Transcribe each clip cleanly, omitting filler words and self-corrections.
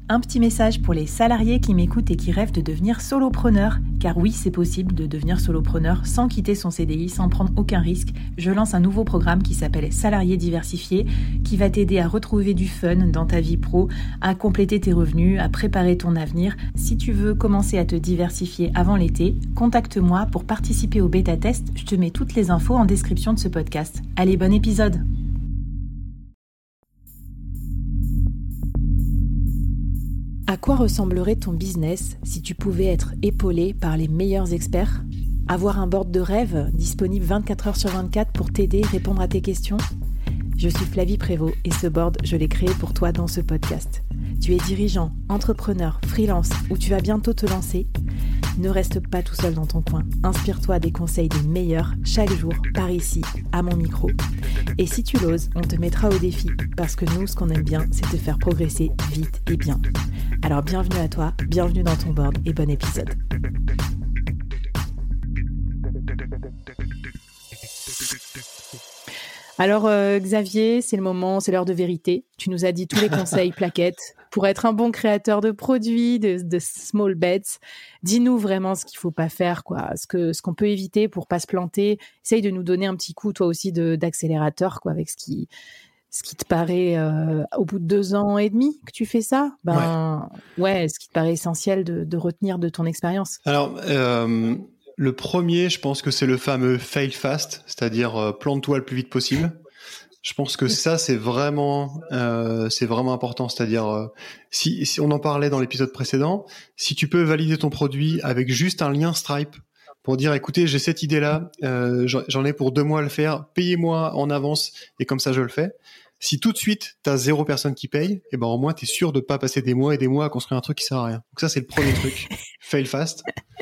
Un petit message pour les salariés qui m'écoutent et qui rêvent de devenir solopreneur. Car oui, c'est possible de devenir solopreneur sans quitter son CDI, sans prendre aucun risque. Je lance un nouveau programme qui s'appelle Salariés diversifiés, qui va t'aider à retrouver du fun dans ta vie pro, à compléter tes revenus, à préparer ton avenir. Si tu veux commencer à te diversifier avant l'été, contacte-moi pour participer au bêta-test. Je te mets toutes les infos en description de ce podcast. Allez, bon épisode! À quoi ressemblerait ton business si tu pouvais être épaulé par les meilleurs experts ? Avoir un board de rêve disponible 24 heures sur 24 pour t'aider, répondre à tes questions ? Je suis Flavie Prévost et ce board, je l'ai créé pour toi dans ce podcast. Tu es dirigeant, entrepreneur, freelance ou tu vas bientôt te lancer ? Ne reste pas tout seul dans ton coin. Inspire-toi des conseils des meilleurs chaque jour, par ici, à mon micro. Et si tu l'oses, on te mettra au défi parce que nous, ce qu'on aime bien, c'est te faire progresser vite et bien. Alors bienvenue à toi, bienvenue dans ton board et bon épisode. Alors Xavier, c'est le moment, c'est l'heure de vérité. Tu nous as dit tous les conseils plaquettes pour être un bon créateur de produits, de small bets. Dis-nous vraiment ce qu'il faut pas faire, quoi, ce qu'on peut éviter pour pas se planter. Essaye de nous donner un petit coup, toi aussi, d'accélérateur, quoi, avec ce qui te paraît au bout de 2 ans et demi que tu fais ça. Ce qui te paraît essentiel de retenir de ton expérience. Alors, le premier, je pense que c'est le fameux fail fast, c'est-à-dire plante-toi le plus vite possible. Je pense que ça, c'est vraiment important. C'est-à-dire, si on en parlait dans l'épisode précédent, si tu peux valider ton produit avec juste un lien Stripe pour dire, écoutez, j'ai cette idée-là, j'en ai pour 2 mois à le faire, payez-moi en avance et comme ça, je le fais. Si tout de suite, t'as 0 personne qui paye, et ben au moins, t'es sûr de pas passer des mois et des mois à construire un truc qui sert à rien. Donc ça, c'est le premier truc. Fail fast.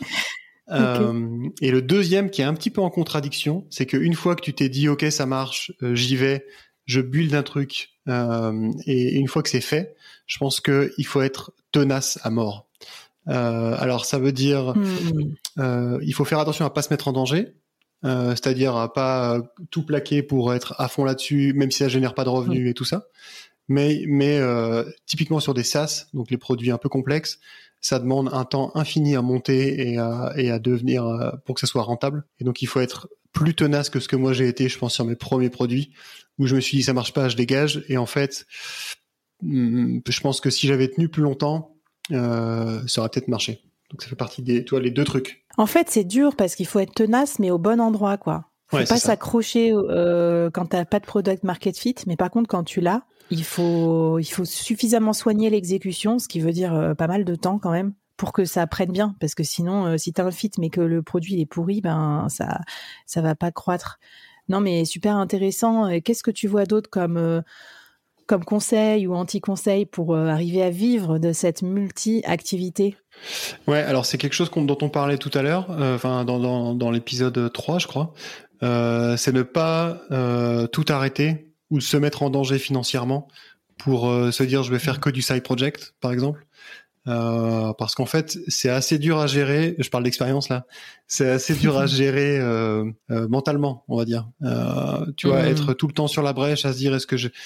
Okay. Et le deuxième qui est un petit peu en contradiction, c'est qu'une fois que tu t'es dit ok ça marche, j'y vais, je build un truc et une fois que c'est fait, je pense que il faut être tenace à mort. Alors ça veut dire il faut faire attention à pas se mettre en danger, c'est-à-dire à pas tout plaquer pour être à fond là-dessus, même si ça génère pas de revenus et tout ça. Mais typiquement sur des SaaS, donc les produits un peu complexes, ça demande un temps infini à monter et à devenir pour que ça soit rentable. Et donc il faut être plus tenace que ce que moi j'ai été, je pense, sur mes premiers produits, où je me suis dit ça marche pas, je dégage. Et en fait, je pense que si j'avais tenu plus longtemps, ça aurait peut-être marché. Donc ça fait partie les 2 trucs. En fait, c'est dur parce qu'il faut être tenace, mais au bon endroit, quoi. Faut pas s'accrocher quand t'as pas de product market fit, mais par contre quand tu l'as, il faut suffisamment soigner l'exécution, ce qui veut dire pas mal de temps quand même, pour que ça prenne bien, parce que sinon si t'as un fit mais que le produit il est pourri, ben ça va pas croître. Non mais super intéressant. Et qu'est-ce que tu vois d'autre comme conseil ou anti-conseil pour arriver à vivre de cette multi-activité ? Ouais, alors c'est quelque chose dont on parlait tout à l'heure, dans l'épisode 3, je crois. C'est ne pas tout arrêter ou se mettre en danger financièrement pour se dire je vais faire que du side project, par exemple. Parce qu'en fait, c'est assez dur à gérer. Je parle d'expérience là. C'est assez dur à gérer mentalement, on va dire. Tu vois, être tout le temps sur la brèche, à se dire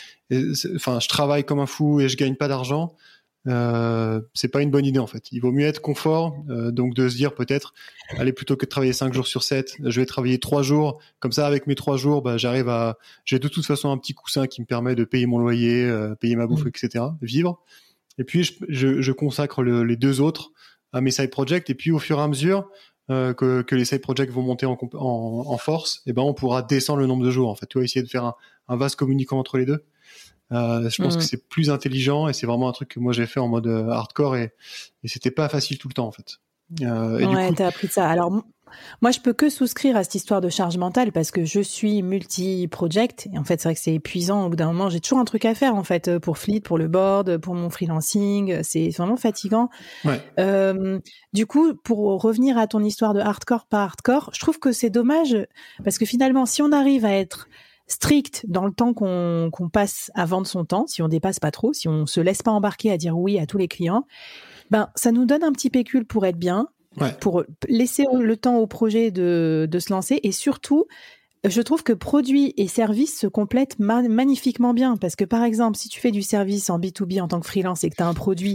je travaille comme un fou et je gagne pas d'argent. C'est pas une bonne idée en fait. Il vaut mieux être confort, donc de se dire peut-être, allez, plutôt que de travailler 5 jours sur 7, je vais travailler 3 jours. Comme ça, avec mes 3 jours, j'ai de toute façon un petit coussin qui me permet de payer mon loyer, payer ma bouffe, etc., vivre. Et puis, je consacre les 2 autres à mes side projects. Et puis, au fur et à mesure que les side projects vont monter en force, et ben, on pourra descendre le nombre de jours. En fait, tu vois, essayer de faire un vase communicant entre les 2. Je pense que c'est plus intelligent et c'est vraiment un truc que moi j'ai fait en mode hardcore et c'était pas facile tout le temps, en fait. T'as appris de ça. Alors, moi, je peux que souscrire à cette histoire de charge mentale parce que je suis multi-project et en fait, c'est vrai que c'est épuisant. Au bout d'un moment, j'ai toujours un truc à faire en fait pour Fleet, pour le board, pour mon freelancing. C'est vraiment fatigant. Ouais. Du coup, pour revenir à ton histoire de hardcore pas hardcore, je trouve que c'est dommage parce que finalement, si on arrive à être strict dans le temps qu'on passe à vendre son temps, si on dépasse pas trop, si on se laisse pas embarquer à dire oui à tous les clients, ben ça nous donne un petit pécule pour être bien. Ouais. Pour laisser le temps au projet de se lancer et surtout, je trouve que produits et services se complètent magnifiquement bien parce que par exemple, si tu fais du service en B2B en tant que freelance et que tu as un produit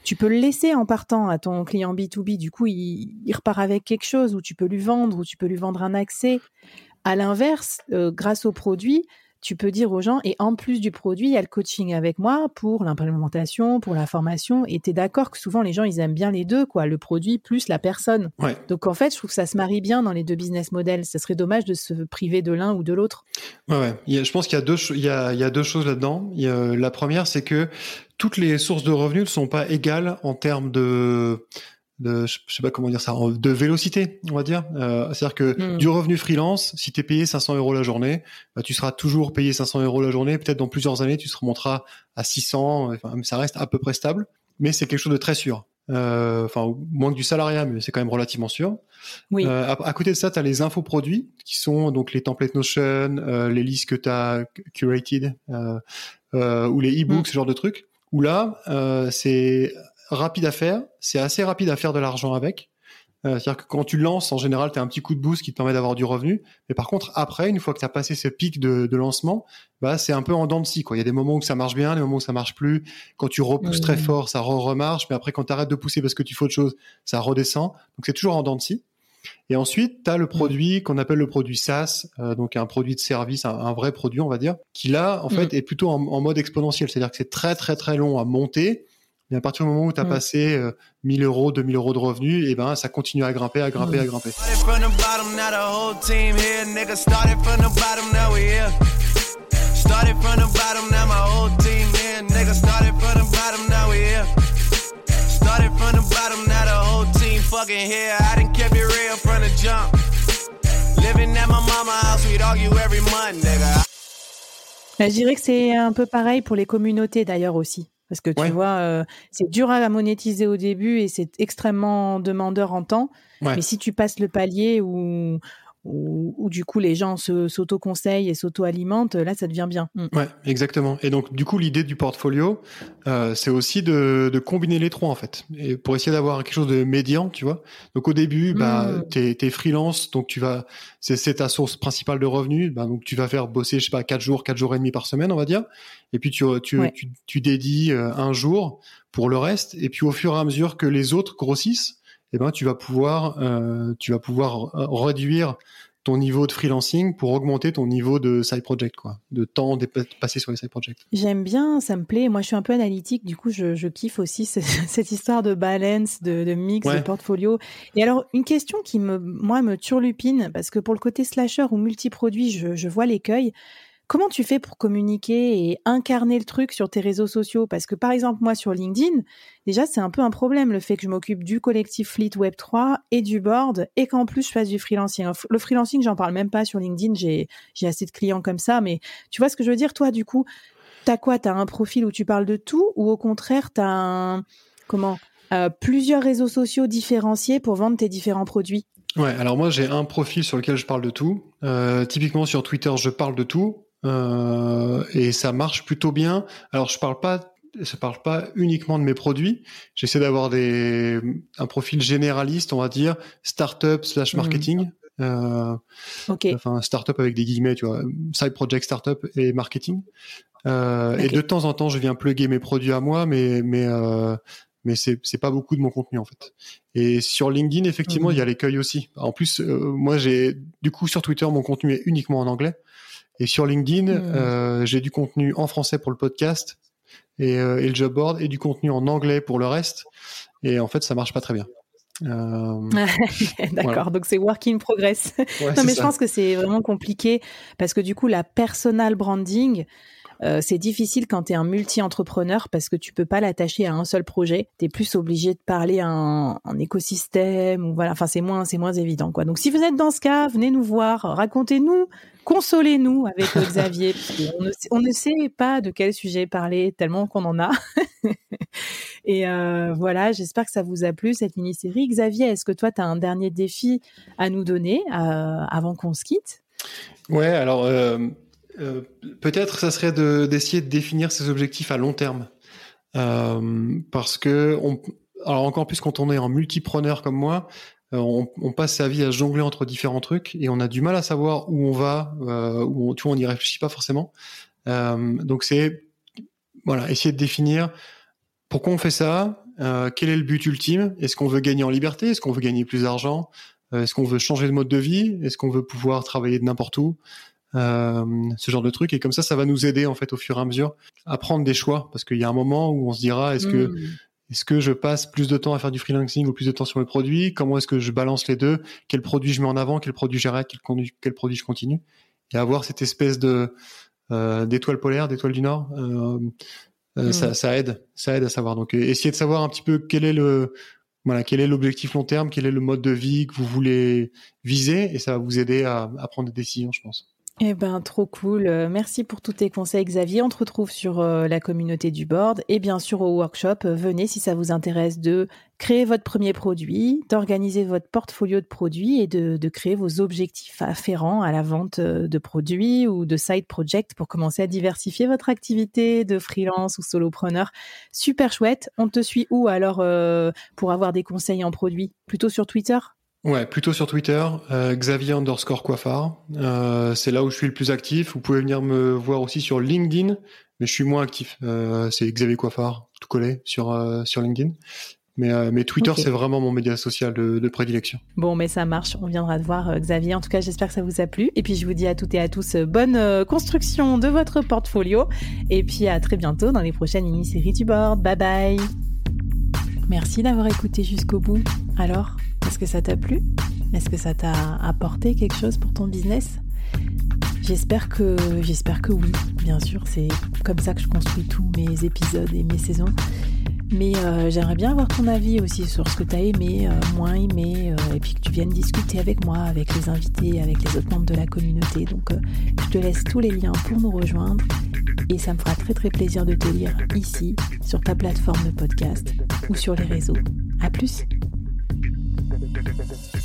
tu peux le laisser en partant à ton client B2B. Du coup, il repart avec quelque chose où tu peux lui vendre, où tu peux lui vendre un accès. À l'inverse, grâce au produit, tu peux dire aux gens, et en plus du produit, il y a le coaching avec moi pour l'implémentation, pour la formation. Et tu es d'accord que souvent, les gens, ils aiment bien les deux, quoi, le produit plus la personne. Ouais. Donc, en fait, je trouve que ça se marie bien dans les deux business models. Ça serait dommage de se priver de l'un ou de l'autre. Ouais. Je pense qu'il y a deux choses là-dedans. La première, c'est que toutes les sources de revenus ne sont pas égales en termes de je sais pas comment dire ça, de vélocité, on va dire. C'est-à-dire que du revenu freelance, si tu es payé 500 € la journée, bah, tu seras toujours payé 500 € la journée. Peut-être dans plusieurs années, tu se remonteras à 600. Enfin, ça reste à peu près stable, mais c'est quelque chose de très sûr. Enfin, moins que du salariat, mais c'est quand même relativement sûr. Oui. À côté de ça, tu as les infoproduits, qui sont donc les templates Notion, les listes que tu as curated, ou les e-books, ce genre de trucs, où là, c'est rapide à faire, c'est assez rapide à faire de l'argent avec. C'est-à-dire que quand tu lances, en général, tu as un petit coup de boost qui te permet d'avoir du revenu. Mais par contre, après, une fois que tu as passé ce pic de lancement, bah, c'est un peu en dents de scie, quoi. Il y a des moments où ça marche bien, des moments où ça marche plus. Quand tu repousses très fort, ça remarche. Mais après, quand tu arrêtes de pousser parce que tu fais autre chose, ça redescend. Donc, c'est toujours en dents de scie. Et ensuite, tu as le produit qu'on appelle le produit SaaS, donc un produit de service, un vrai produit, on va dire, qui là, en fait, est plutôt en mode exponentiel. C'est-à-dire que c'est très, très, très long à monter. Et à partir du moment où tu as passé 1 000 €, 2 000 € de revenus, et ben ça continue à grimper, à grimper, à grimper. Je dirais que c'est un peu pareil pour les communautés d'ailleurs aussi. Parce que tu vois, c'est dur à monétiser au début et c'est extrêmement demandeur en temps. Ouais. Mais si tu passes le palier où du coup les gens s'auto-conseillent et s'auto-alimentent, là ça devient bien. Ouais, exactement. Et donc du coup l'idée du portfolio, c'est aussi de combiner les trois en fait, et pour essayer d'avoir quelque chose de médian, tu vois. Donc au début, bah t'es freelance, donc c'est ta source principale de revenus, bah donc tu vas faire bosser, je sais pas, 4 jours et demi par semaine, on va dire. Et puis tu dédies un jour pour le reste, et puis au fur et à mesure que les autres grossissent, eh ben tu vas pouvoir réduire ton niveau de freelancing pour augmenter ton niveau de side project, quoi, de temps passé sur les side projects. J'aime bien, ça me plaît. Moi, je suis un peu analytique, du coup, je kiffe aussi cette histoire de balance, de mix, de portfolio. Et alors, une question qui me turlupine, parce que pour le côté slasher ou multiproduit, je vois l'écueil. Comment tu fais pour communiquer et incarner le truc sur tes réseaux sociaux ? Parce que par exemple, moi sur LinkedIn, déjà c'est un peu un problème le fait que je m'occupe du collectif Fleet Web3 et du board et qu'en plus je fasse du freelancing. Le freelancing, j'en parle même pas sur LinkedIn, j'ai assez de clients comme ça, mais tu vois ce que je veux dire ? Toi, du coup, t'as quoi ? T'as un profil où tu parles de tout ou au contraire, t'as plusieurs réseaux sociaux différenciés pour vendre tes différents produits ? Ouais, alors moi j'ai un profil sur lequel je parle de tout. Typiquement sur Twitter, je parle de tout. Et ça marche plutôt bien. Alors je parle pas uniquement de mes produits. J'essaie d'avoir un profil généraliste, on va dire, startup / marketing. Enfin startup avec des guillemets, tu vois, side project startup et marketing. Et de temps en temps, je viens plugger mes produits à moi, mais c'est pas beaucoup de mon contenu en fait. Et sur LinkedIn, effectivement, il y a l'écueil aussi. En plus, moi du coup sur Twitter, mon contenu est uniquement en anglais. Et sur LinkedIn, j'ai du contenu en français pour le podcast et le job board et du contenu en anglais pour le reste. Et en fait, ça marche pas très bien. D'accord, voilà. Donc c'est work in progress. Ouais, non, mais je pense que c'est vraiment compliqué parce que du coup, la personal branding, c'est difficile quand tu es un multi-entrepreneur parce que tu peux pas l'attacher à un seul projet. Tu es plus obligé de parler à un écosystème ou voilà, enfin c'est moins évident quoi. Donc si vous êtes dans ce cas, venez nous voir, racontez-nous, consolez-nous avec Xavier parce qu'on ne sait pas de quel sujet parler tellement qu'on en a. Et voilà, j'espère que ça vous a plu cette mini-série. Xavier, est-ce que toi tu as un dernier défi à nous donner avant qu'on se quitte ? Ouais, alors peut-être ça serait d'essayer de définir ses objectifs à long terme, parce que alors encore plus quand on est en multipreneur comme moi, on passe sa vie à jongler entre différents trucs et on a du mal à savoir où on va, tu vois, on n'y réfléchit pas forcément. Donc c'est essayer de définir pourquoi on fait ça, quel est le but ultime? Est-ce qu'on veut gagner en liberté? Est-ce qu'on veut gagner plus d'argent? Est-ce qu'on veut changer de mode de vie? Est-ce qu'on veut pouvoir travailler de n'importe où? Ce genre de trucs. Et comme ça va nous aider en fait au fur et à mesure à prendre des choix, parce qu'il y a un moment où on se dira est-ce que je passe plus de temps à faire du freelancing ou plus de temps sur mes produits? Comment est-ce que je balance les deux? Quel produit je mets en avant? Quel produit j'arrête? Quel produit je continue? Et avoir cette espèce d'étoile polaire, d'étoile du Nord, ça aide à savoir. Donc essayer de savoir un petit peu quel est l'objectif long terme, quel est le mode de vie que vous voulez viser, et ça va vous aider à prendre des décisions, je pense. Eh ben, trop cool. Merci pour tous tes conseils, Xavier. On te retrouve sur la communauté du board et bien sûr au workshop. Venez si ça vous intéresse de créer votre premier produit, d'organiser votre portfolio de produits et de créer vos objectifs afférents à la vente de produits ou de side project pour commencer à diversifier votre activité de freelance ou solopreneur. Super chouette. On te suit où alors pour avoir des conseils en produits? Plutôt sur Twitter? Ouais, plutôt sur Twitter, Xavier_Coiffard. C'est là où je suis le plus actif. Vous pouvez venir me voir aussi sur LinkedIn, mais je suis moins actif. C'est Xavier Coiffard, tout collé sur LinkedIn. Mais Twitter, okay. C'est vraiment mon média social de prédilection. Bon, mais ça marche. On viendra te voir, Xavier. En tout cas, j'espère que ça vous a plu. Et puis, je vous dis à toutes et à tous, bonne construction de votre portfolio. Et puis, à très bientôt dans les prochaines mini-séries du board. Bye bye. Merci d'avoir écouté jusqu'au bout. Alors, est-ce que ça t'a plu? Est-ce que ça t'a apporté quelque chose pour ton business? J'espère que oui, bien sûr. C'est comme ça que je construis tous mes épisodes et mes saisons. Mais j'aimerais bien avoir ton avis aussi sur ce que tu as aimé, moins aimé, et puis que tu viennes discuter avec moi, avec les invités, avec les autres membres de la communauté. Donc, je te laisse tous les liens pour nous rejoindre et ça me fera très très plaisir de te lire ici, sur ta plateforme de podcast ou sur les réseaux. À plus!